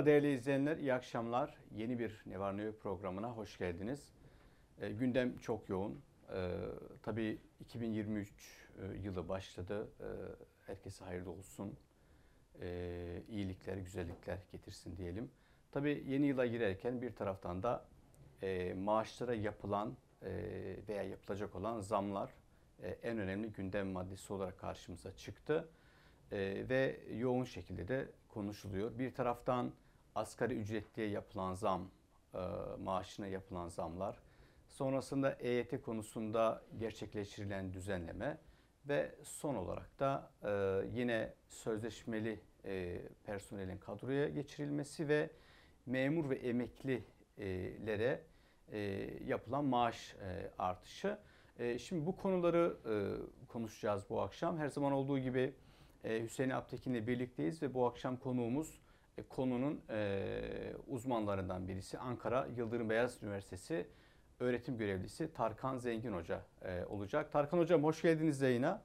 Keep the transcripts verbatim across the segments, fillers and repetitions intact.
Merhaba değerli izleyenler, iyi akşamlar. Yeni bir Ne Var Ne Yok programına hoş geldiniz. E, gündem çok yoğun. E, tabii iki bin yirmi üç e, yılı başladı. E, herkese hayırlı olsun. E, iyilikler, güzellikler getirsin diyelim. Tabii yeni yıla girerken bir taraftan da e, maaşlara yapılan e, veya yapılacak olan zamlar e, en önemli gündem maddesi olarak karşımıza çıktı. Ee, ve yoğun şekilde de konuşuluyor. Bir taraftan asgari ücretliye yapılan zam, e, maaşına yapılan zamlar, sonrasında E Y T konusunda gerçekleştirilen düzenleme ve son olarak da e, yine sözleşmeli e, personelin kadroya geçirilmesi ve memur ve emeklilere e, yapılan maaş e, artışı. E, şimdi bu konuları e, konuşacağız bu akşam. Her zaman olduğu gibi Hüseyin Aptekin ile birlikteyiz ve bu akşam konuğumuz konunun uzmanlarından birisi Ankara Yıldırım Beyazıt Üniversitesi öğretim görevlisi Tarkan Zengin Hoca olacak. Tarkan Hocam hoş geldiniz yayına.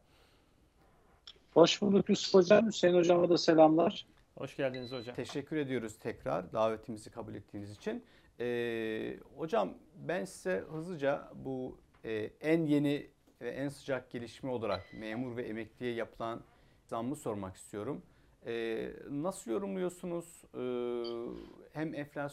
Hoş bulduk Yusuf Hocam. Hüseyin Hocam'a da selamlar. Hoş geldiniz hocam. Teşekkür ediyoruz tekrar davetimizi kabul ettiğiniz için. Ee, hocam ben size hızlıca bu e, en yeni ve en sıcak gelişme olarak memur ve emekliye yapılan zammı sormak istiyorum. Ee, nasıl yorumluyorsunuz? Ee, hem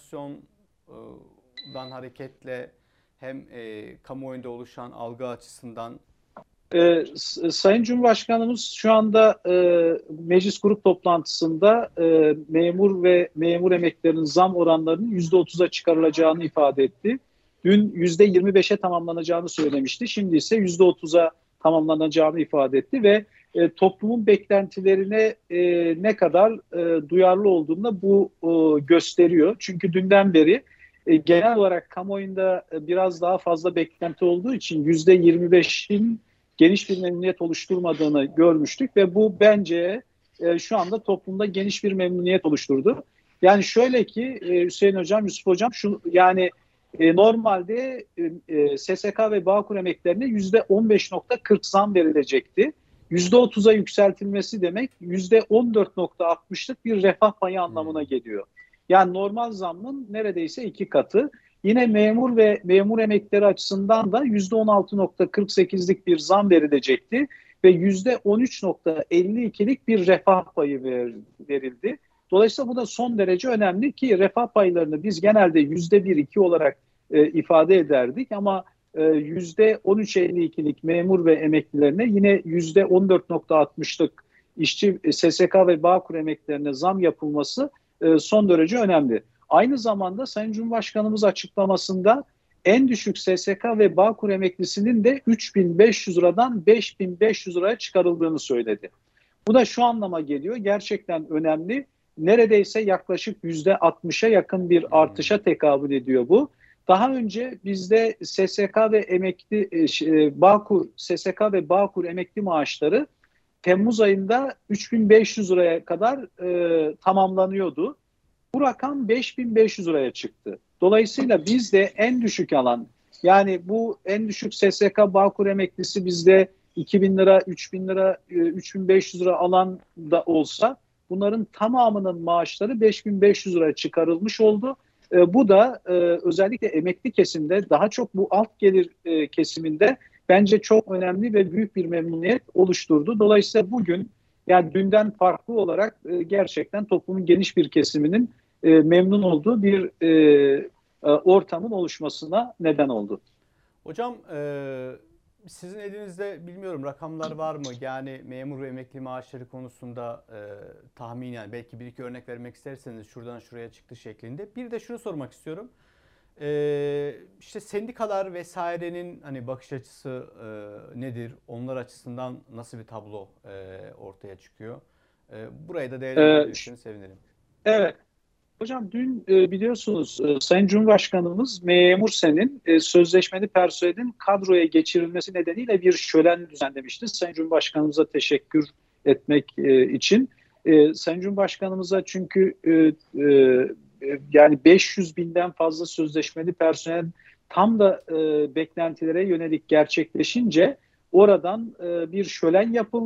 enflasyondan hareketle hem e, kamuoyunda oluşan algı açısından. Ee, Sayın Cumhurbaşkanımız şu anda e, meclis grup toplantısında e, memur ve memur emeklilerinin zam oranlarının yüzde otuza çıkarılacağını ifade etti. Dün yüzde yirmi beşe tamamlanacağını söylemişti. Şimdi ise yüzde otuza tamamlanacağını ifade etti ve e, toplumun beklentilerine e, ne kadar e, duyarlı olduğunu bu e, gösteriyor. Çünkü dünden beri e, genel olarak kamuoyunda e, biraz daha fazla beklenti olduğu için yüzde yirmi beşin geniş bir memnuniyet oluşturmadığını görmüştük ve bu bence e, şu anda toplumda geniş bir memnuniyet oluşturdu. Yani şöyle ki e, Hüseyin Hocam, Yusuf Hocam, şu yani e, normalde e, S S K ve Bağkur emeklilerine yüzde on beş nokta kırk zam verilecekti. yüzde otuza yükseltilmesi demek yüzde on dört nokta altmışlık bir refah payı anlamına geliyor. Yani normal zammın neredeyse iki katı. Yine memur ve memur emeklileri açısından da yüzde on altı nokta kırk sekizlik bir zam verilecekti ve yüzde on üç nokta elli ikilik bir refah payı verildi. Dolayısıyla bu da son derece önemli ki refah paylarını biz genelde yüzde bir iki olarak e, ifade ederdik ama e, yüzde on üç nokta elli ikilik memur ve emeklilerine yine yüzde on dört nokta altmışlık işçi S S K ve Bağkur emeklilerine zam yapılması e, son derece önemli. Aynı zamanda Sayın Cumhurbaşkanımız açıklamasında en düşük S S K ve Bağkur emeklisinin de üç bin beş yüz liradan beş bin beş yüz liraya çıkarıldığını söyledi. Bu da şu anlama geliyor, gerçekten önemli. Neredeyse yaklaşık yüzde altmışa yakın bir artışa tekabül ediyor bu. Daha önce bizde S S K ve emekli Bağkur, S S K ve Bağkur emekli maaşları Temmuz ayında üç bin beş yüz liraya kadar e, tamamlanıyordu. Bu rakam beş bin beş yüz liraya çıktı. Dolayısıyla bizde en düşük alan, yani bu en düşük S S K Bağkur emeklisi bizde iki bin lira, üç bin lira, üç bin beş yüz lira alan da olsa bunların tamamının maaşları beş bin beş yüz liraya çıkarılmış oldu. E, bu da e, özellikle emekli kesimde, daha çok bu alt gelir e, kesiminde bence çok önemli ve büyük bir memnuniyet oluşturdu. Dolayısıyla bugün, yani dünden farklı olarak e, gerçekten toplumun geniş bir kesiminin e, memnun olduğu bir e, e, ortamın oluşmasına neden oldu. Hocam e, sizin elinizde bilmiyorum rakamlar var mı? Yani memur ve emekli maaşları konusunda e, tahminen belki bir iki örnek vermek isterseniz şuradan şuraya çıktı şeklinde. Bir de şunu sormak istiyorum. E, işte sendikalar vesairenin hani bakış açısı e, nedir? Onlar açısından nasıl bir tablo e, ortaya çıkıyor? E, burayı da değerlendirirseniz ee, sevinirim. Evet. Hocam dün e, biliyorsunuz e, Sayın Cumhurbaşkanımız Memur Sen'in e, sözleşmeli personelin kadroya geçirilmesi nedeniyle bir şölen düzenlemişti. Sayın Cumhurbaşkanımıza teşekkür etmek e, için. E, Sayın Cumhurbaşkanımıza çünkü e, e, yani beş yüz binden fazla sözleşmeli personel tam da e, beklentilere yönelik gerçekleşince oradan e, bir şölen yapıldı.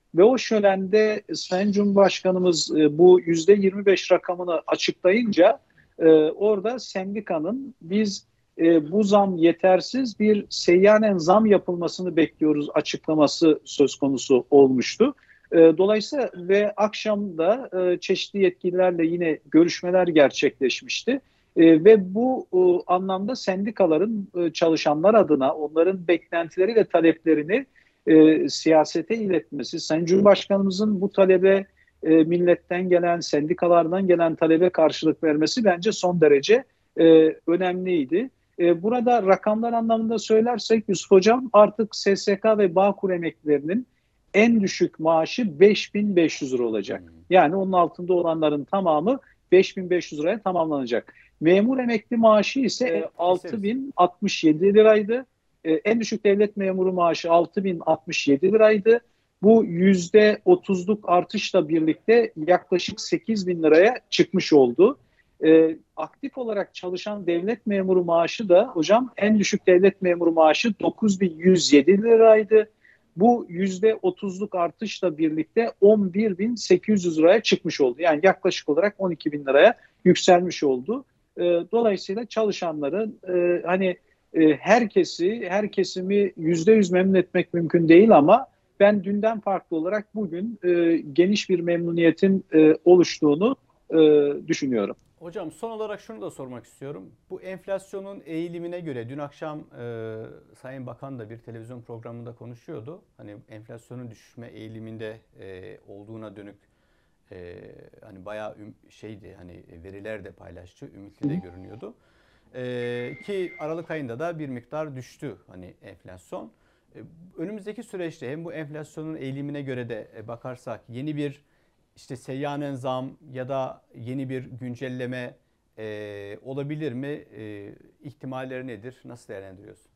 Ve o şölende Sayın Cumhurbaşkanımız e, bu yüzde yirmi beş rakamını açıklayınca e, orada sendikanın biz e, bu zam yetersiz, bir seyyanen zam yapılmasını bekliyoruz açıklaması söz konusu olmuştu. E, dolayısıyla ve akşam da e, çeşitli yetkililerle yine görüşmeler gerçekleşmişti. E, ve bu e, anlamda sendikaların e, çalışanlar adına onların beklentileri ve taleplerini e, siyasete iletmesi, Sayın Cumhurbaşkanımızın bu talebe e, milletten gelen, sendikalardan gelen talebe karşılık vermesi bence son derece e, önemliydi. E, burada rakamlar anlamında söylersek Yusuf Hocam, artık S S K ve Bağkur emeklilerinin en düşük maaşı beş bin beş yüz lira olacak. Yani onun altında olanların tamamı beş bin beş yüz liraya tamamlanacak. Memur emekli maaşı ise altı bin altmış yedi liraydı. En düşük devlet memuru maaşı altı bin altmış yedi liraydı. Bu yüzde otuzluk artışla birlikte yaklaşık sekiz bin liraya çıkmış oldu. E, aktif olarak çalışan devlet memuru maaşı da hocam, en düşük devlet memuru maaşı dokuz bin yüz yedi liraydı. Bu yüzde otuzluk artışla birlikte on bir bin sekiz yüz liraya çıkmış oldu. Yani yaklaşık olarak on iki bin liraya yükselmiş oldu. E, dolayısıyla çalışanların e, hani e, herkesi, her kesimi yüzde yüz memnun etmek mümkün değil ama ben dünden farklı olarak bugün e, geniş bir memnuniyetin e, oluştuğunu e, düşünüyorum. Hocam son olarak şunu da sormak istiyorum. Bu enflasyonun eğilimine göre dün akşam e, Sayın Bakan da bir televizyon programında konuşuyordu. Hani enflasyonun düşme eğiliminde e, olduğuna dönük e, hani bayağı üm, şeydi, hani veriler de paylaştı, ümitli de görünüyordu. E, ki Aralık ayında da bir miktar düştü hani enflasyon. E, önümüzdeki süreçte hem bu enflasyonun eğilimine göre de e, bakarsak yeni bir İşte seyyanen zam ya da yeni bir güncelleme e, olabilir mi? E, ihtimalleri nedir? Nasıl değerlendiriyorsun?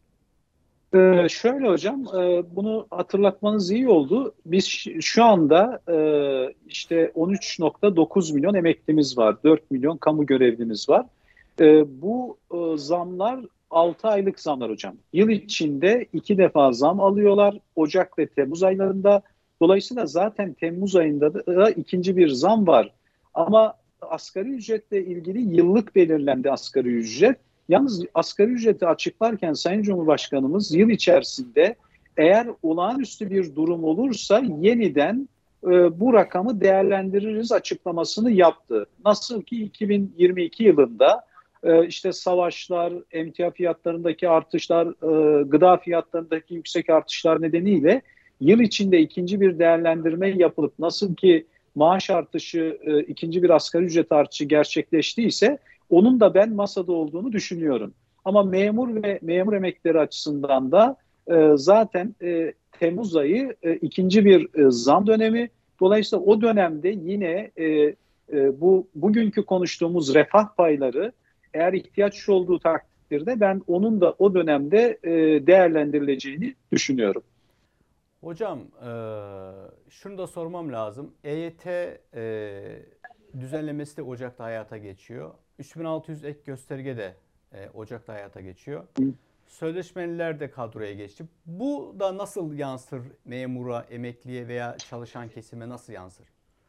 Ee, şöyle hocam, e, bunu hatırlatmanız iyi oldu. Biz şu anda e, işte on üç nokta dokuz milyon emeklimiz var, dört milyon kamu görevlimiz var. E, bu e, zamlar altı aylık zamlar hocam. Yıl içinde iki defa zam alıyorlar, Ocak ve Temmuz aylarında. Dolayısıyla zaten Temmuz ayında da ikinci bir zam var. Ama asgari ücretle ilgili yıllık belirlendi asgari ücret. Yalnız asgari ücreti açıklarken Sayın Cumhurbaşkanımız yıl içerisinde eğer olağanüstü bir durum olursa yeniden e, bu rakamı değerlendiririz açıklamasını yaptı. Nasıl ki iki bin yirmi iki yılında e, işte savaşlar, emtia fiyatlarındaki artışlar, e, gıda fiyatlarındaki yüksek artışlar nedeniyle yıl içinde ikinci bir değerlendirme yapılıp nasıl ki maaş artışı, e, ikinci bir asgari ücret artışı gerçekleştiyse onun da ben masada olduğunu düşünüyorum. Ama memur ve memur emeklileri açısından da e, zaten e, Temmuz ayı e, ikinci bir e, zam dönemi. Dolayısıyla o dönemde yine e, e, bu bugünkü konuştuğumuz refah payları eğer ihtiyaç olduğu takdirde ben onun da o dönemde e, değerlendirileceğini düşünüyorum. Hocam e, şunu da sormam lazım. E Y T e, düzenlemesi de Ocak'ta hayata geçiyor. üç bin altı yüz ek gösterge de e, Ocak'ta hayata geçiyor. Sözleşmeliler de kadroya geçti. Bu da nasıl yansır memura, emekliye veya çalışan kesime nasıl yansır?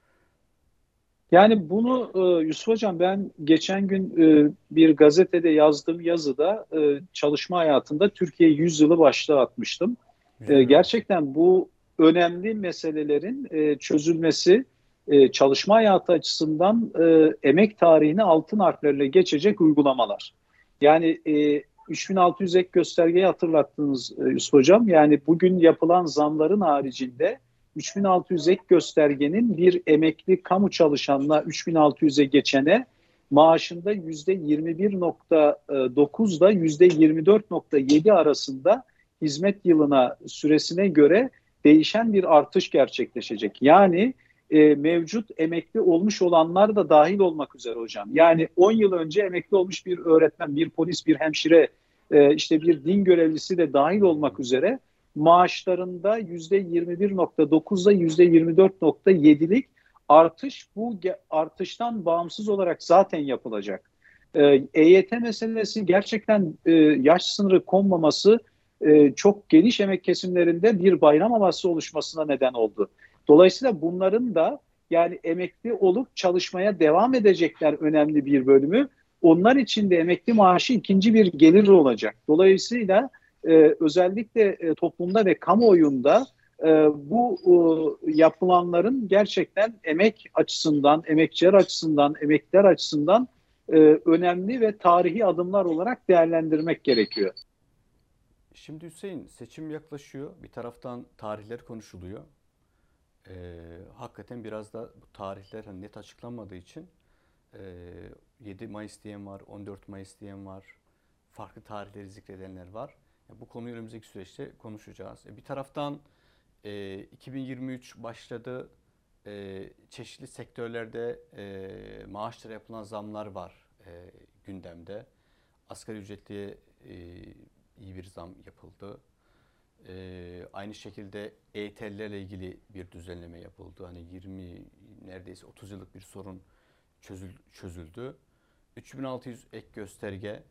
Yani bunu e, Yusuf Hocam, ben geçen gün e, bir gazetede yazdığım yazıda e, çalışma hayatında Türkiye yüz yılı başlığı atmıştım. E, Güzel. gerçekten bu önemli meselelerin e, çözülmesi e, çalışma hayatı açısından e, emek tarihine altın harflerle geçecek uygulamalar. Yani e, üç bin altı yüz ek göstergeyi hatırlattınız e, Yusuf Hocam. Yani bugün yapılan zamların haricinde üç bin altı yüz ek göstergenin bir emekli kamu çalışanına üç bin altı yüze geçene maaşında yüzde yirmi bir nokta dokuz ile yüzde yirmi dört nokta yedi arasında hizmet yılına süresine göre değişen bir artış gerçekleşecek. Yani e, mevcut emekli olmuş olanlar da dahil olmak üzere hocam. Yani on yıl önce emekli olmuş bir öğretmen, bir polis, bir hemşire, e, işte bir din görevlisi de dahil olmak üzere maaşlarında yüzde yirmi bir nokta dokuz ile yüzde yirmi dört nokta yedilik artış, bu artıştan bağımsız olarak zaten yapılacak. E, EYT meselesi gerçekten e, yaş sınırı konmaması e, çok geniş emek kesimlerinde bir bayram havası oluşmasına neden oldu. Dolayısıyla bunların da yani emekli olup çalışmaya devam edecekler önemli bir bölümü. Onlar için de emekli maaşı ikinci bir gelir olacak. Dolayısıyla e, özellikle e, toplumda ve kamuoyunda e, bu e, yapılanların gerçekten emek açısından, emekçiler açısından, emekliler açısından e, önemli ve tarihi adımlar olarak değerlendirmek gerekiyor. Şimdi Hüseyin, seçim yaklaşıyor. Bir taraftan tarihler konuşuluyor. Ee, hakikaten biraz da bu tarihler hani net açıklanmadığı için e, yedi Mayıs diyen var, on dört Mayıs diyen var, farklı tarihleri zikredenler var. Ya bu konuyu önümüzdeki süreçte konuşacağız. E, bir taraftan e, iki bin yirmi üç başladı. E, çeşitli sektörlerde e, maaşlara yapılan zamlar var e, gündemde. Asgari ücretliye e, iyi bir zam yapıldı. Ee, aynı şekilde E Y T'lerle ilgili bir düzenleme yapıldı. Hani yirmi neredeyse otuz yıllık bir sorun çözül, çözüldü. üç bin altı yüz ek gösterge,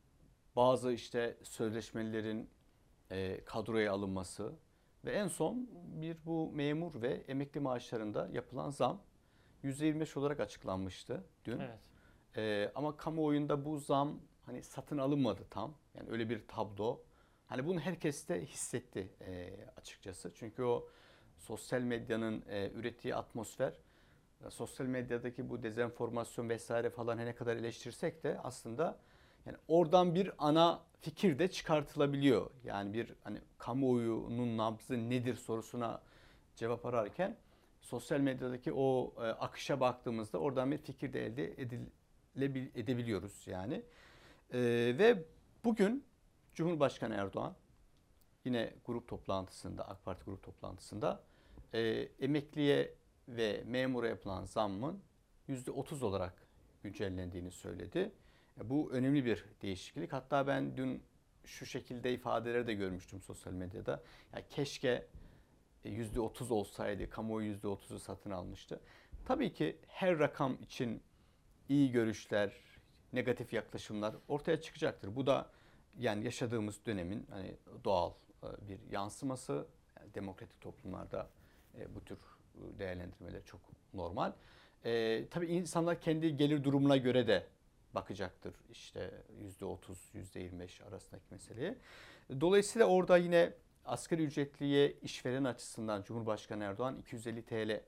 bazı işte sözleşmelerin e, kadroya alınması ve en son bir bu memur ve emekli maaşlarında yapılan zam yüzde yirmi beş olarak açıklanmıştı dün. Evet. Ee, ama kamuoyunda bu zam hani satın alınmadı tam. Yani öyle bir tablo. Hani bunu herkes de hissetti e, açıkçası. Çünkü o sosyal medyanın e, ürettiği atmosfer, e, sosyal medyadaki bu dezenformasyon vesaire falan ne kadar eleştirsek de aslında yani oradan bir ana fikir de çıkartılabiliyor. Yani bir hani kamuoyunun nabzı nedir sorusuna cevap ararken sosyal medyadaki o e, akışa baktığımızda oradan bir fikir de elde edilebil, edebiliyoruz yani. E, ve bugün Cumhurbaşkanı Erdoğan yine grup toplantısında, AK Parti grup toplantısında e, emekliye ve memura yapılan zammın yüzde otuz olarak güncellendiğini söyledi. E, bu önemli bir değişiklik. Hatta ben dün şu şekilde ifadeleri de görmüştüm sosyal medyada. Ya keşke yüzde otuz olsaydı, kamuoyu yüzde otuzu satın almıştı. Tabii ki her rakam için iyi görüşler, negatif yaklaşımlar ortaya çıkacaktır. Bu da yani yaşadığımız dönemin hani doğal bir yansıması. Yani demokratik toplumlarda bu tür değerlendirmeler çok normal. E, tabii insanlar kendi gelir durumuna göre de bakacaktır işte yüzde otuz, yüzde yirmi beş arasındaki meseleye. Dolayısıyla orada yine asgari ücretliye işveren açısından Cumhurbaşkanı Erdoğan iki yüz elli TL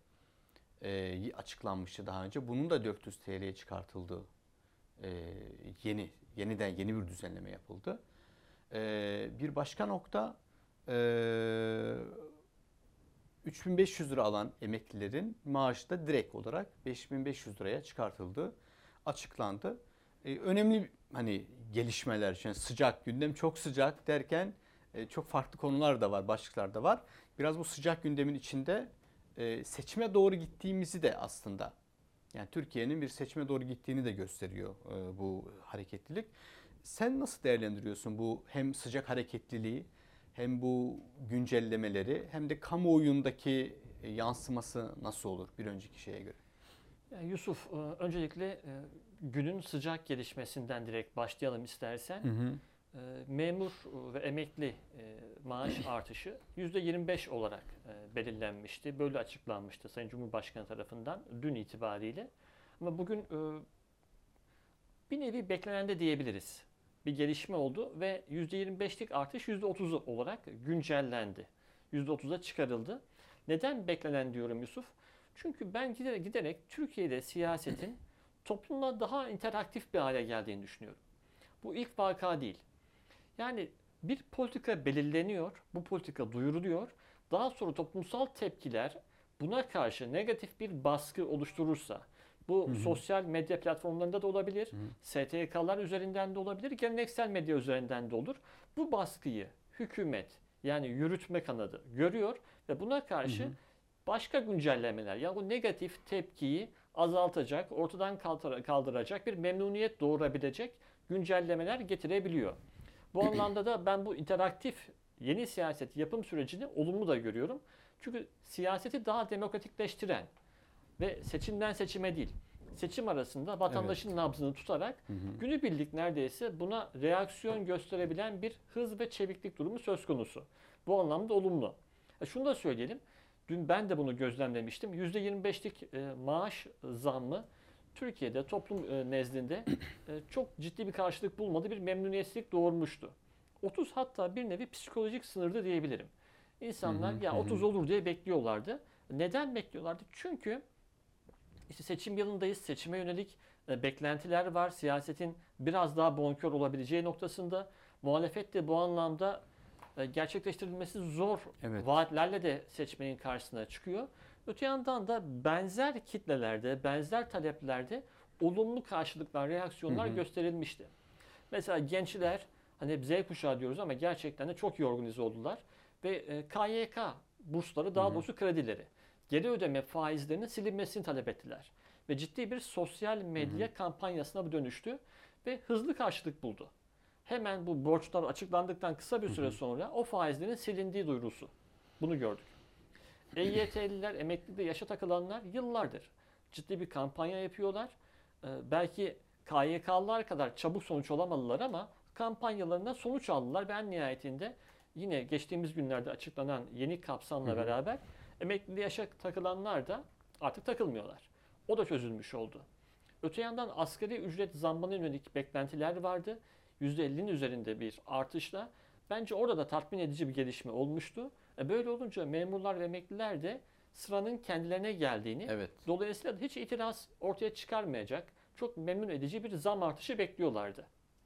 e, açıklanmıştı daha önce. Bunun da dört yüz T L'ye çıkartıldığı e, yeni yeniden yeni bir düzenleme yapıldı. E, bir başka nokta e, üç bin beş yüz lira alan emeklilerin maaşı da direkt olarak beş bin beş yüz liraya çıkartıldığı açıklandı. E, önemli hani gelişmeler, yani sıcak gündem çok sıcak derken e, çok farklı konular da var, başlıklar da var. Biraz bu sıcak gündemin içinde e, seçime doğru gittiğimizi de aslında yani Türkiye'nin bir seçime doğru gittiğini de gösteriyor e, bu hareketlilik. Sen nasıl değerlendiriyorsun bu hem sıcak hareketliliği hem bu güncellemeleri hem de kamuoyundaki yansıması nasıl olur bir önceki şeye göre? Yani Yusuf, öncelikle günün sıcak gelişmesinden direkt başlayalım istersen. Hı hı. Memur ve emekli maaş artışı yüzde yirmi beş olarak belirlenmişti. Böyle açıklanmıştı Sayın Cumhurbaşkanı tarafından dün itibariyle. Ama bugün bir nevi beklenen de diyebiliriz. Bir gelişme oldu ve yüzde yirmi beşlik artış yüzde otuz olarak güncellendi. yüzde otuza çıkarıldı. Neden beklenen diyorum Yusuf? Çünkü ben giderek Türkiye'de siyasetin toplumla daha interaktif bir hale geldiğini düşünüyorum. Bu ilk vaka değil. Yani bir politika belirleniyor, bu politika duyuruluyor. Daha sonra toplumsal tepkiler buna karşı negatif bir baskı oluşturursa, bu hı hı. sosyal medya platformlarında da olabilir, hı hı. S T K'lar üzerinden de olabilir, geleneksel medya üzerinden de olur. Bu baskıyı hükümet yani yürütme kanadı görüyor ve buna karşı hı hı. başka güncellemeler yani bu negatif tepkiyi azaltacak, ortadan kaldıracak bir memnuniyet doğurabilecek güncellemeler getirebiliyor. Bu anlamda da ben bu interaktif yeni siyaset yapım sürecini olumlu da görüyorum. Çünkü siyaseti daha demokratikleştiren ve seçimden seçime değil, seçim arasında vatandaşın evet. nabzını tutarak hı hı. günübirlik neredeyse buna reaksiyon gösterebilen bir hız ve çeviklik durumu söz konusu. Bu anlamda olumlu. E şunu da söyleyelim. dün ben de bunu gözlemlemiştim. yüzde yirmi beşlik e, maaş zammı Türkiye'de toplum e, nezdinde e, çok ciddi bir karşılık bulmadı, bir memnuniyetsizlik doğurmuştu. otuz hatta bir nevi psikolojik sınırdı diyebilirim. İnsanlar Hı hı, ya hı. otuz olur diye bekliyorlardı. Neden bekliyorlardı? Çünkü işte seçim yılındayız, seçime yönelik e, beklentiler var. Siyasetin biraz daha bonkör olabileceği noktasında. Muhalefet de bu anlamda e, gerçekleştirilmesi zor Evet. vaatlerle de seçmenin karşısına çıkıyor. Öte yandan da benzer kitlelerde, benzer taleplerde olumlu karşılıklar, reaksiyonlar Hı hı. gösterilmişti. Mesela gençler, hani hep Z kuşağı diyoruz ama gerçekten de çok iyi organize oldular. Ve e, K Y K bursları, daha Hı hı. doğrusu kredileri, geri ödeme faizlerinin silinmesini talep ettiler. Ve ciddi bir sosyal medya Hı hı. kampanyasına bu dönüştü ve hızlı karşılık buldu. Hemen bu borçlar açıklandıktan kısa bir Hı süre hı. sonra o faizlerin silindiği duyurusu. Bunu gördük. E Y T'liler, emeklilikte yaşa takılanlar yıllardır ciddi bir kampanya yapıyorlar. Ee, belki K Y K'lılar kadar çabuk sonuç alamadılar ama kampanyalarında sonuç aldılar ve en nihayetinde yine geçtiğimiz günlerde açıklanan yeni kapsamla Hı hı. beraber emekliliğe yaşa takılanlar da artık takılmıyorlar. O da çözülmüş oldu. Öte yandan asgari ücret zammına yönelik beklentiler vardı. yüzde ellinin üzerinde bir artışla. Bence orada da tatmin edici bir gelişme olmuştu. E böyle olunca memurlar ve emekliler de sıranın kendilerine geldiğini, Evet. dolayısıyla da hiç itiraz ortaya çıkarmayacak, çok memnun edici bir zam artışı bekliyorlardı.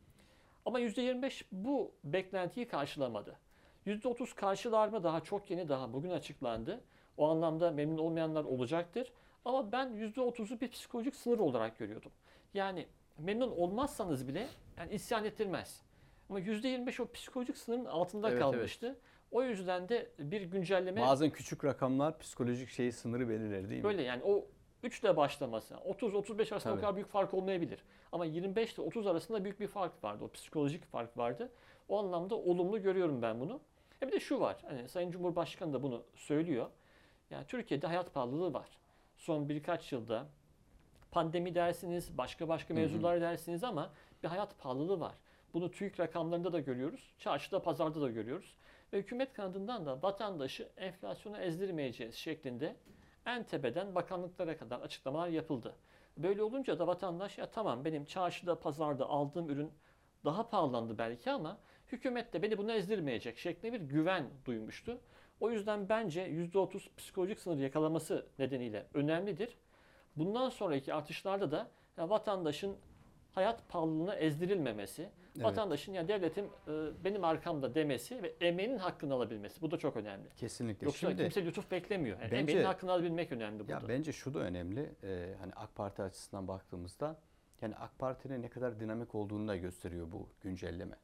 Ama yüzde yirmi beş bu beklentiyi karşılamadı. yüzde otuz karşılar mı? Daha çok yeni, daha bugün açıklandı. O anlamda memnun olmayanlar olacaktır. Ama ben yüzde otuzu bir psikolojik sınır olarak görüyordum. Yani memnun olmazsanız bile yani isyan ettirmez. Ama yüzde yirmi beş o psikolojik sınırın altında Evet, kalmıştı. O yüzden de bir güncelleme Bazen küçük rakamlar psikolojik şeyi sınırı belirler değil mi? böyle, yani o üç ile başlaması. otuz otuz beş arasında Tabii. o kadar büyük fark olmayabilir. Ama yirmi beş ile otuz arasında büyük bir fark vardı. O psikolojik fark vardı. O anlamda olumlu görüyorum ben bunu. E bir de şu var. Hani Sayın Cumhurbaşkanı da bunu söylüyor. Yani Türkiye'de hayat pahalılığı var. Son birkaç yılda pandemi dersiniz, başka başka Hı hı. mevzular dersiniz ama bir hayat pahalılığı var. Bunu TÜİK rakamlarında da görüyoruz. Çarşıda, pazarda da görüyoruz. Ve hükümet kanadından da vatandaşı enflasyona ezdirmeyeceğiz şeklinde en tepeden bakanlıklara kadar açıklamalar yapıldı. Böyle olunca da vatandaş ya tamam benim çarşıda, pazarda aldığım ürün daha pahalandı belki ama hükümet de beni bunu ezdirmeyecek şeklinde bir güven duymuştu. O yüzden bence yüzde otuz psikolojik sınır yakalaması nedeniyle önemlidir. Bundan sonraki artışlarda da ya vatandaşın hayat pahalılığına ezdirilmemesi, Evet. vatandaşın ya devletim e, benim arkamda demesi ve emeğinin hakkını alabilmesi. Bu da çok önemli. Kesinlikle. Yoksa Şimdi kimse lütuf beklemiyor. Yani bence- emeğinin hakkını alabilmek önemli burada. ya bence şu da önemli. Ee, hani AK Parti açısından baktığımızda yani AK Parti'nin ne kadar dinamik olduğunu da gösteriyor bu güncelleme.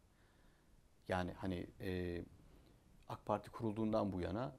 Yani hani e, AK Parti kurulduğundan bu yana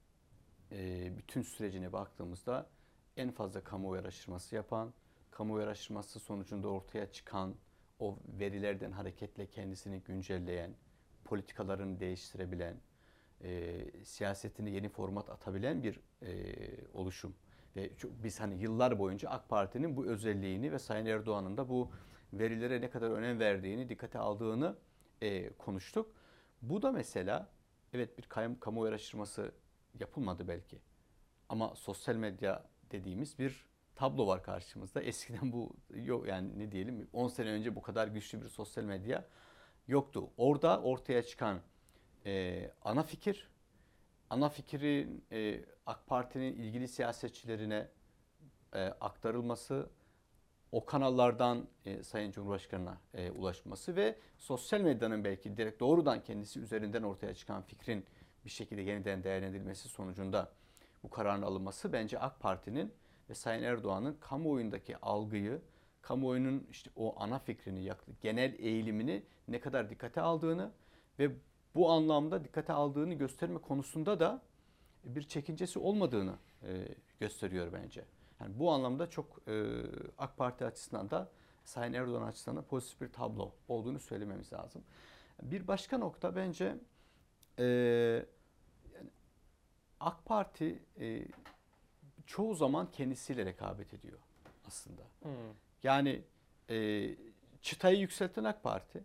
e, bütün sürecine baktığımızda en fazla kamuoyu araştırması yapan, kamuoyu araştırması sonucunda ortaya çıkan o verilerden hareketle kendisini güncelleyen, politikalarını değiştirebilen, e, siyasetine yeni format atabilen bir e, oluşum. Ve çok, biz hani yıllar boyunca AK Parti'nin bu özelliğini ve Sayın Erdoğan'ın da bu verilere ne kadar önem verdiğini, dikkate aldığını e, konuştuk. Bu da mesela evet bir kayım, kamuoyu araştırması yapılmadı belki. Ama sosyal medya dediğimiz bir tablo var karşımızda. Eskiden bu yok yani ne diyelim on sene önce bu kadar güçlü bir sosyal medya yoktu. Orada ortaya çıkan e, ana fikir, ana fikrin e, AK Parti'nin ilgili siyasetçilerine e, aktarılması, o kanallardan e, Sayın Cumhurbaşkanı'na e, ulaşması ve sosyal medyanın belki direkt doğrudan kendisi üzerinden ortaya çıkan fikrin bir şekilde yeniden değerlendirilmesi sonucunda bu kararın alınması bence AK Parti'nin ve Sayın Erdoğan'ın kamuoyundaki algıyı, kamuoyunun işte o ana fikrini, genel eğilimini ne kadar dikkate aldığını ve bu anlamda dikkate aldığını gösterme konusunda da bir çekincesi olmadığını e, gösteriyor bence. Yani bu anlamda çok e, AK Parti açısından da Sayın Erdoğan açısından da pozitif bir tablo olduğunu söylememiz lazım. Bir başka nokta bence e, yani AK Parti e, çoğu zaman kendisiyle rekabet ediyor aslında. Hmm. Yani e, çıtayı yükselten AK Parti.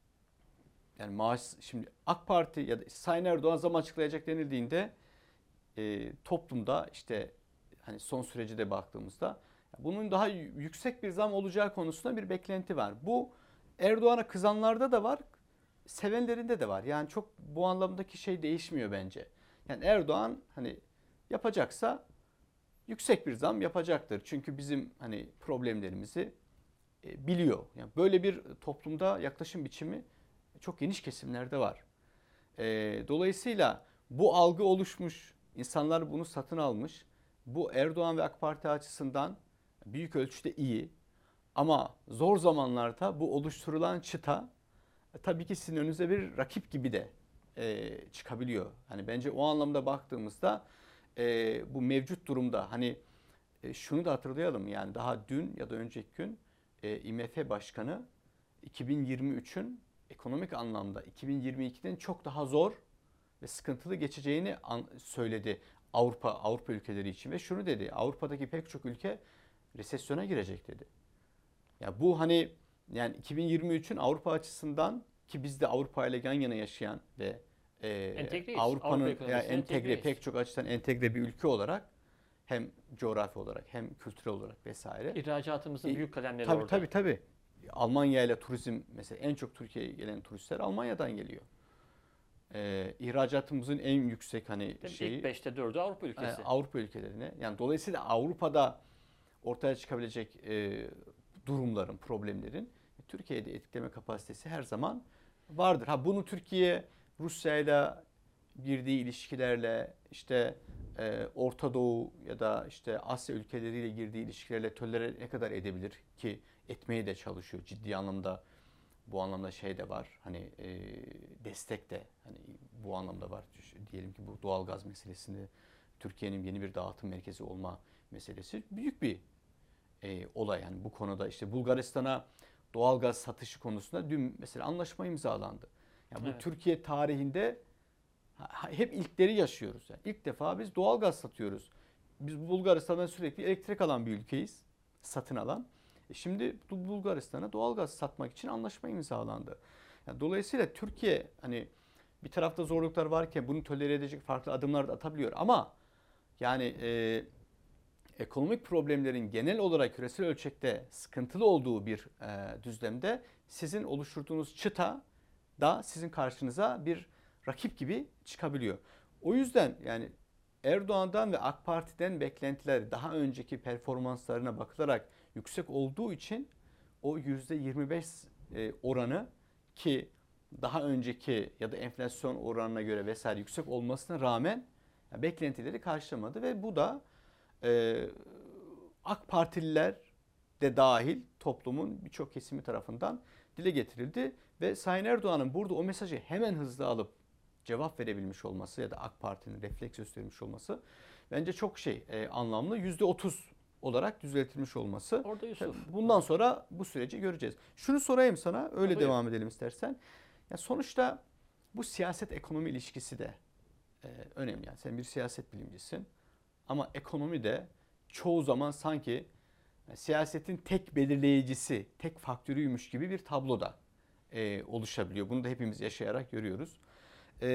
Yani maaş şimdi AK Parti ya da Sayın Erdoğan zam açıklayacak denildiğinde e, toplumda işte hani son süreci de baktığımızda bunun daha yüksek bir zam olacağı konusunda bir beklenti var. Bu Erdoğan'a kızanlarda da var, sevenlerinde de var. Yani çok bu anlamdaki şey değişmiyor bence. Yani Erdoğan hani yapacaksa yüksek bir zam yapacaktır. Çünkü bizim hani problemlerimizi e, biliyor. Yani böyle bir toplumda yaklaşım biçimi çok geniş kesimlerde var. E, dolayısıyla bu algı oluşmuş, insanlar bunu satın almış. Bu Erdoğan ve AK Parti açısından büyük ölçüde iyi. Ama zor zamanlarda bu oluşturulan çıta e, tabii ki sizin önünüze bir rakip gibi de e, çıkabiliyor. Hani bence o anlamda baktığımızda e, bu mevcut durumda hani e, şunu da hatırlayalım, yani daha dün ya da önceki gün e, I M F Başkanı iki bin yirmi üçün ekonomik anlamda iki bin yirmi ikiden çok daha zor ve sıkıntılı geçeceğini an, söyledi Avrupa Avrupa ülkeleri için ve şunu dedi: Avrupa'daki pek çok ülke resesyona girecek dedi. Ya bu hani yani iki bin yirmi üçün Avrupa açısından, ki biz de Avrupa ile yan yana yaşayan ve e, Avrupa'nın Avrupa yani entegre entegreyiz. Pek çok açıdan entegre bir ülke olarak, hem coğrafi olarak hem kültürel olarak vesaire. İhracatımızın büyük kalemleri tabii, orada. Tabii tabii. Almanya ile turizm mesela, en çok Türkiye'ye gelen turistler Almanya'dan geliyor. Ee, ihracatımızın en yüksek hani Tabii şeyi ilk beşte dördü Avrupa ülkesi. E, Avrupa ülkelerine. Yani dolayısıyla Avrupa'da ortaya çıkabilecek e, durumların, problemlerin Türkiye'de etkileme kapasitesi her zaman vardır. Ha bunu Türkiye Rusya ile girdiği ilişkilerle, işte e, Orta Doğu ya da işte Asya ülkeleriyle girdiği ilişkilerle tolere ne kadar edebilir ki, etmeye de çalışıyor. Ciddi anlamda bu anlamda şey de var. Hani e, destek de hani bu anlamda var. Diyelim ki bu doğalgaz meselesinde Türkiye'nin yeni bir dağıtım merkezi olma meselesi büyük bir e, olay. Yani bu konuda işte Bulgaristan'a doğalgaz satışı konusunda dün mesela anlaşma imzalandı. Yani bu evet. Türkiye tarihinde hep ilkleri yaşıyoruz. Yani ilk defa biz doğalgaz satıyoruz. Biz Bulgaristan'dan sürekli elektrik alan bir ülkeyiz. Satın alan. E şimdi Bulgaristan'a doğalgaz satmak için anlaşma imzalandı. Yani dolayısıyla Türkiye hani bir tarafta zorluklar varken bunu tolere edecek farklı adımlar da atabiliyor. Ama yani e, ekonomik problemlerin genel olarak küresel ölçekte sıkıntılı olduğu bir e, düzlemde sizin oluşturduğunuz çıta da sizin karşınıza bir rakip gibi çıkabiliyor. O yüzden yani Erdoğan'dan ve AK Parti'den beklentiler daha önceki performanslarına bakılarak yüksek olduğu için o yüzde yirmi beş oranı, ki daha önceki ya da enflasyon oranına göre vesaire yüksek olmasına rağmen beklentileri karşılamadı ve bu da e, AK Partililer de dahil toplumun birçok kesimi tarafından dile getirildi ve Sayın Erdoğan'ın burada o mesajı hemen hızlı alıp cevap verebilmiş olması ya da AK Parti'nin refleks göstermiş olması bence çok şey e, anlamlı. yüzde otuz olarak düzeltilmiş olması. Orada Yusuf. Bundan sonra bu süreci göreceğiz. Şunu sorayım sana, öyle Tabii. devam edelim istersen. Ya sonuçta bu siyaset ekonomi ilişkisi de e, önemli. Yani sen bir siyaset bilimcisin ama ekonomi de çoğu zaman sanki yani siyasetin tek belirleyicisi, tek faktörüymüş gibi bir tabloda e, oluşabiliyor. Bunu da hepimiz yaşayarak görüyoruz. E,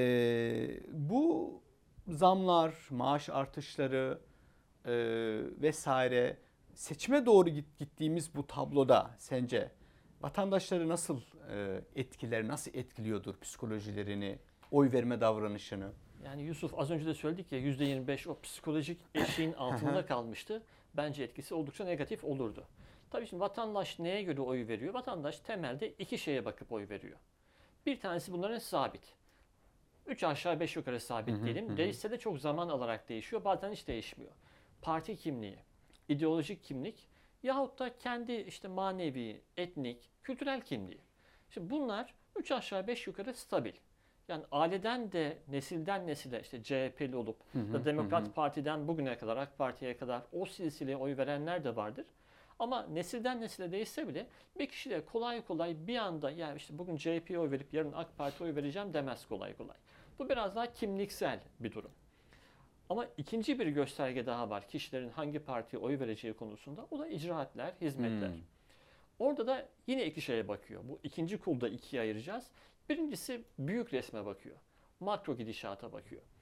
bu zamlar, maaş artışları e, vesaire, seçime doğru git, gittiğimiz bu tabloda sence vatandaşları nasıl e, etkiler, nasıl etkiliyordur psikolojilerini, oy verme davranışını? Yani Yusuf, az önce de söyledik ya, yüzde yirmi beş o psikolojik eşiğin altında kalmıştı. Bence etkisi oldukça negatif olurdu. Tabii şimdi vatandaş neye göre oy veriyor? Vatandaş temelde iki şeye bakıp oy veriyor. Bir tanesi bunların sabit. Üç aşağı beş yukarı sabit Hı hı, diyelim. hı. Değişse de çok zaman alarak değişiyor. Bazen hiç değişmiyor. Parti kimliği, ideolojik kimlik yahut da kendi işte manevi, etnik, kültürel kimliği. Şimdi bunlar üç aşağı beş yukarı stabil. Yani aileden de nesilden nesile işte C H P'li olup Hı hı, da Demokrat hı hı. Parti'den bugüne kadar AK Parti'ye kadar o silsileye oy verenler de vardır. Ama nesilden nesile değişse bile bir kişi de kolay kolay bir anda yani işte bugün C H P'ye oy verip yarın AK Parti'ye oy vereceğim demez kolay kolay. Bu biraz daha kimliksel bir durum. Ama ikinci bir gösterge daha var kişilerin hangi partiye oy vereceği konusunda. O da icraatler, hizmetler. Hmm. Orada da yine iki şeye bakıyor. Bu ikinci kulda ikiye ayıracağız. Birincisi büyük resme bakıyor. Makro gidişata bakıyor.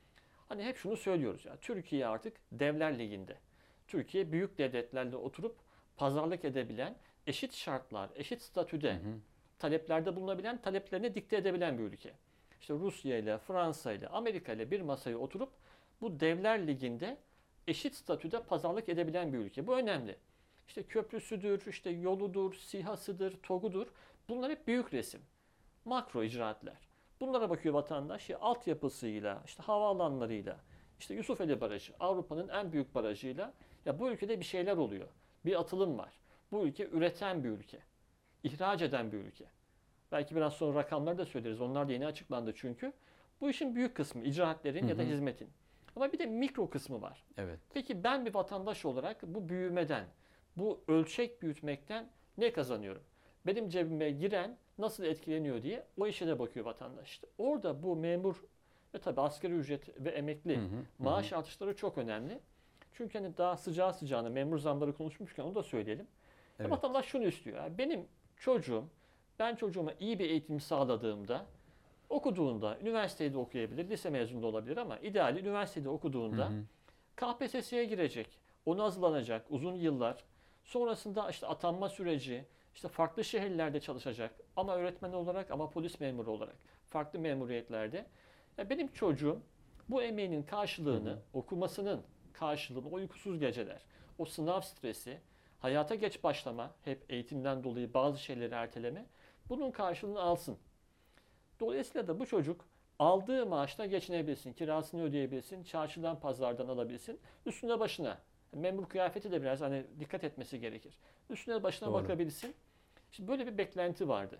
Hani hep şunu söylüyoruz ya, Türkiye artık Devler Ligi'nde. Türkiye büyük devletlerle oturup pazarlık edebilen, eşit şartlar, eşit statüde Hı hı. taleplerde bulunabilen, taleplerini dikte edebilen bir ülke. İşte Rusya ile, Fransa ile, Amerika ile bir masaya oturup bu Devler Ligi'nde eşit statüde pazarlık edebilen bir ülke. Bu önemli. İşte köprüsüdür, işte yoludur, SİHA'sıdır, TOG'udur. Bunlar hep büyük resim. Makro icraatler. Bunlara bakıyor vatandaş. Ya altyapısıyla, işte havaalanlarıyla, işte Yusufeli Barajı, Avrupa'nın en büyük barajıyla ya bu ülkede bir şeyler oluyor. Bir atılım var. Bu ülke üreten bir ülke. İhraç eden bir ülke. Belki biraz sonra rakamları da söyleriz. Onlar da yeni açıklandı çünkü. Bu işin büyük kısmı icraatlerin Hı ya da hı. hizmetin. Ama bir de mikro kısmı var. Evet. Peki ben bir vatandaş olarak bu büyümeden, bu ölçek büyütmekten ne kazanıyorum? Benim cebime giren nasıl etkileniyor diye o işe de bakıyor vatandaş. İşte orada bu memur ve tabii asgari ücret ve emekli Hı hı, hı maaş hı. artışları çok önemli. Çünkü hani daha sıcağı sıcağına memur zamları konuşmuşken onu da söyleyelim. Ya Evet. vatandaş şunu istiyor. Ya benim çocuğum, ben çocuğuma iyi bir eğitim sağladığımda, okuduğunda, üniversitede okuyabilir, lise mezunu da olabilir ama ideali üniversitede Hı okuduğunda hı. K P S S'ye girecek, ona hazırlanacak uzun yıllar. Sonrasında işte atanma süreci, işte farklı şehirlerde çalışacak ama öğretmen olarak ama polis memuru olarak farklı memuriyetlerde. Ya benim çocuğum bu emeğinin karşılığını, Hı hı. okumasının karşılığını, o uykusuz geceler, o sınav stresi, hayata geç başlama, hep eğitimden dolayı bazı şeyleri erteleme, bunun karşılığını alsın. Dolayısıyla da bu çocuk aldığı maaşla geçinebilsin, kirasını ödeyebilsin, çarşıdan pazardan alabilsin, üstüne başına. Memur kıyafeti de biraz hani dikkat etmesi gerekir. Üstüne başına Doğru. bakabilsin. Şimdi böyle bir beklenti vardı.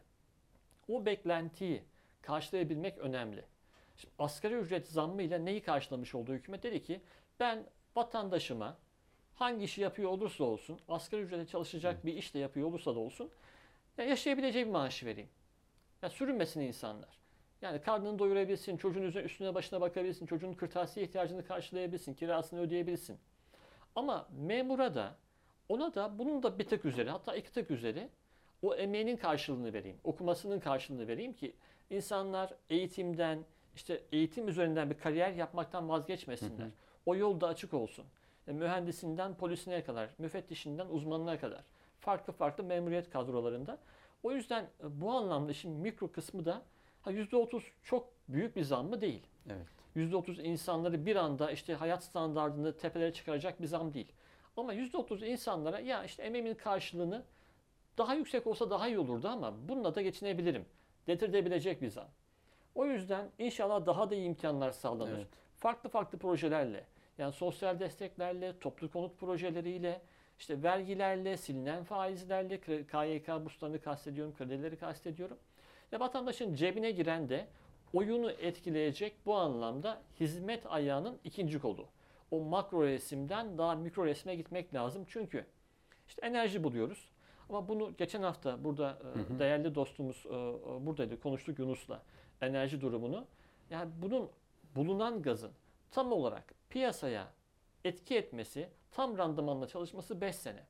O beklentiyi karşılayabilmek önemli. Şimdi asgari ücret zammıyla neyi karşılamış oldu hükümet? Dedi ki ben vatandaşıma hangi işi yapıyor olursa olsun, asgari ücrete çalışacak Evet. bir iş de yapıyor olursa da olsun, ya yaşayabileceği bir maaşı vereyim. Ya sürünmesin insanlar. Yani karnını doyurabilsin, çocuğun üstüne başına bakabilsin, çocuğun kırtasiye ihtiyacını karşılayabilsin, kirasını ödeyebilsin. Ama memura da ona da bunun da bir tık üzeri, hatta iki tık üzeri o emeğinin karşılığını vereyim, okumasının karşılığını vereyim ki insanlar eğitimden, işte eğitim üzerinden bir kariyer yapmaktan vazgeçmesinler. Hı hı. O yol da açık olsun. Yani mühendisinden polisine kadar, müfettişinden uzmanına kadar farklı farklı memuriyet kadrolarında. O yüzden e, bu anlamda işin mikro kısmı da ha yüzde otuz çok büyük bir zam mı değil. Evet. yüzde otuz insanları bir anda işte hayat standartını tepelere çıkaracak bir zam değil. Ama yüzde otuz insanlara ya işte emeğimin karşılığını daha yüksek olsa daha iyi olurdu ama bununla da geçinebilirim dedirtebilecek bir zam. O yüzden inşallah daha da iyi imkanlar sağlanır. Evet. Farklı farklı projelerle, yani sosyal desteklerle, toplu konut projeleriyle, işte vergilerle, silinen faizlerle, K Y K burslarını kastediyorum, kredileri kastediyorum. Ve vatandaşın cebine giren de oyunu etkileyecek bu anlamda hizmet ayağının ikinci kolu. O makro resimden daha mikro resme gitmek lazım. Çünkü işte enerji buluyoruz. Ama bunu geçen hafta burada e, Hı hı. değerli dostumuz e, e, buradaydı. Konuştuk Yunus'la enerji durumunu. Yani bunun bulunan gazın tam olarak piyasaya etki etmesi, tam randımanla çalışması beş sene.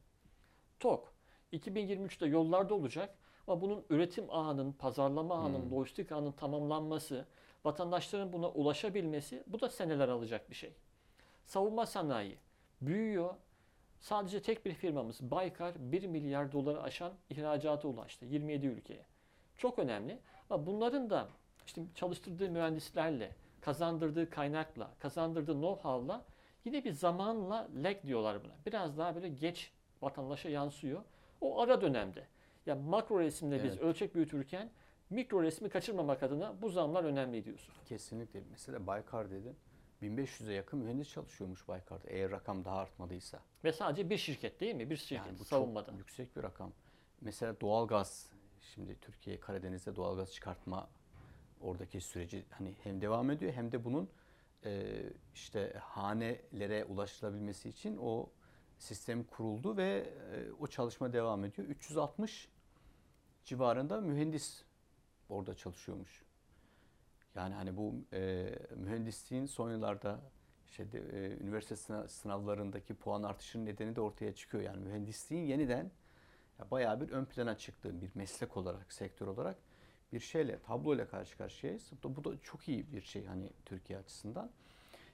TOK iki bin yirmi üçte yollarda olacak ama bunun üretim ağının, pazarlama ağının, Hmm. lojistik ağının tamamlanması, vatandaşların buna ulaşabilmesi bu da seneler alacak bir şey. Savunma sanayi büyüyor. Sadece tek bir firmamız Baykar bir milyar doları aşan ihracata ulaştı yirmi yedi ülkeye. Çok önemli ama bunların da işte çalıştırdığı mühendislerle, kazandırdığı kaynakla, kazandırdığı know-how'la yine bir zamanla lag diyorlar buna. Biraz daha böyle geç vatandaşa yansıyor. O ara dönemde. Ya makro resimde biz Evet. ölçek büyütürken mikro resmi kaçırmamak adına bu zamlar önemli diyorsun. Kesinlikle. Mesela Baykar dedin. bin beş yüze yakın mühendis çalışıyormuş Baykar'da. Eğer rakam daha artmadıysa. Ve sadece bir şirket değil mi? Bir şirket Yani bu savunmada. çok yüksek bir rakam. Mesela doğalgaz. Şimdi Türkiye Karadeniz'de doğalgaz çıkartma oradaki süreci hani hem devam ediyor hem de bunun e, işte hanelere ulaşılabilmesi için o sistem kuruldu ve e, o çalışma devam ediyor. üç yüz altmış civarında mühendis orada çalışıyormuş. Yani hani bu e, mühendisliğin son yıllarda işte de, e, üniversite sınav, sınavlarındaki puan artışının nedeni de ortaya çıkıyor. Yani mühendisliğin yeniden ya bayağı bir ön plana çıktığı bir meslek olarak, sektör olarak bir şeyle, tabloyla karşı karşıyayız. Bu da, bu da çok iyi bir şey hani Türkiye açısından.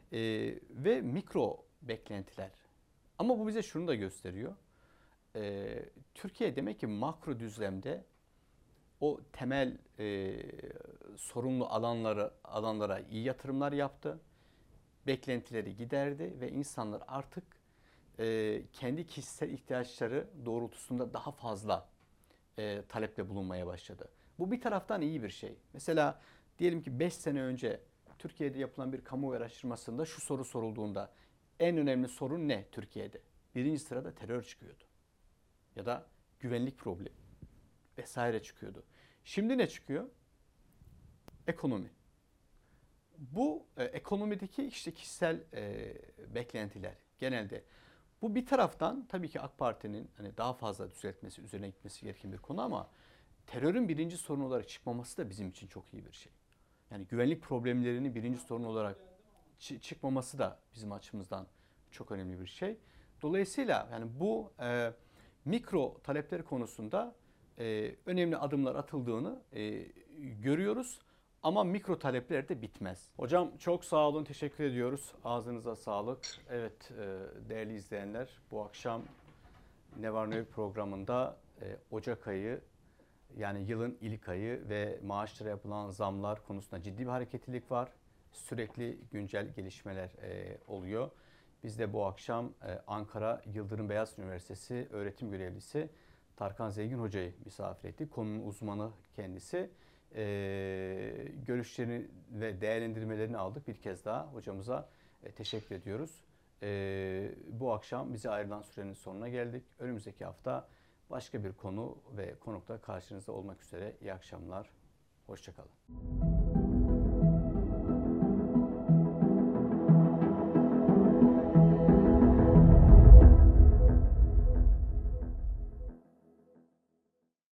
E, ve mikro beklentiler. Ama bu bize şunu da gösteriyor. E, Türkiye demek ki makro düzlemde o temel e, sorunlu alanları alanlara iyi yatırımlar yaptı. Beklentileri giderdi ve insanlar artık e, kendi kişisel ihtiyaçları doğrultusunda daha fazla e, talepte bulunmaya başladı. Bu bir taraftan iyi bir şey. Mesela diyelim ki beş sene önce Türkiye'de yapılan bir kamuoyu araştırmasında şu soru sorulduğunda en önemli sorun ne Türkiye'de? Birinci sırada terör çıkıyordu. Ya da güvenlik problemi vesaire çıkıyordu. Şimdi ne çıkıyor? Ekonomi. Bu e, ekonomideki işte kişisel e, beklentiler genelde. Bu bir taraftan tabii ki AK Parti'nin hani daha fazla düzeltmesi, üzerine gitmesi gereken bir konu ama terörün birinci sorun olarak çıkmaması da bizim için çok iyi bir şey. Yani güvenlik problemlerinin birinci sorun olarak çıkmaması da bizim açımızdan çok önemli bir şey. Dolayısıyla yani bu e, mikro talepleri konusunda e, önemli adımlar atıldığını e, görüyoruz. Ama mikro talepler de bitmez. Hocam çok sağ olun, teşekkür ediyoruz. Ağzınıza sağlık. Evet değerli izleyenler, bu akşam Ne Var Ne Yok programında Ocak ayı, yani yılın ilk ayı ve maaşlara yapılan zamlar konusunda ciddi bir hareketlilik var. Sürekli güncel gelişmeler oluyor. Biz de bu akşam Ankara Yıldırım Beyazıt Üniversitesi öğretim görevlisi Tarkan Zengin Hoca'yı misafir ettik. Konunun uzmanı kendisi. Ee, görüşlerini ve değerlendirmelerini aldık. Bir kez daha hocamıza e, teşekkür ediyoruz. Ee, bu akşam bize ayrılan sürenin sonuna geldik. Önümüzdeki hafta başka bir konu ve konukla karşınızda olmak üzere. İyi akşamlar. Hoşça kalın.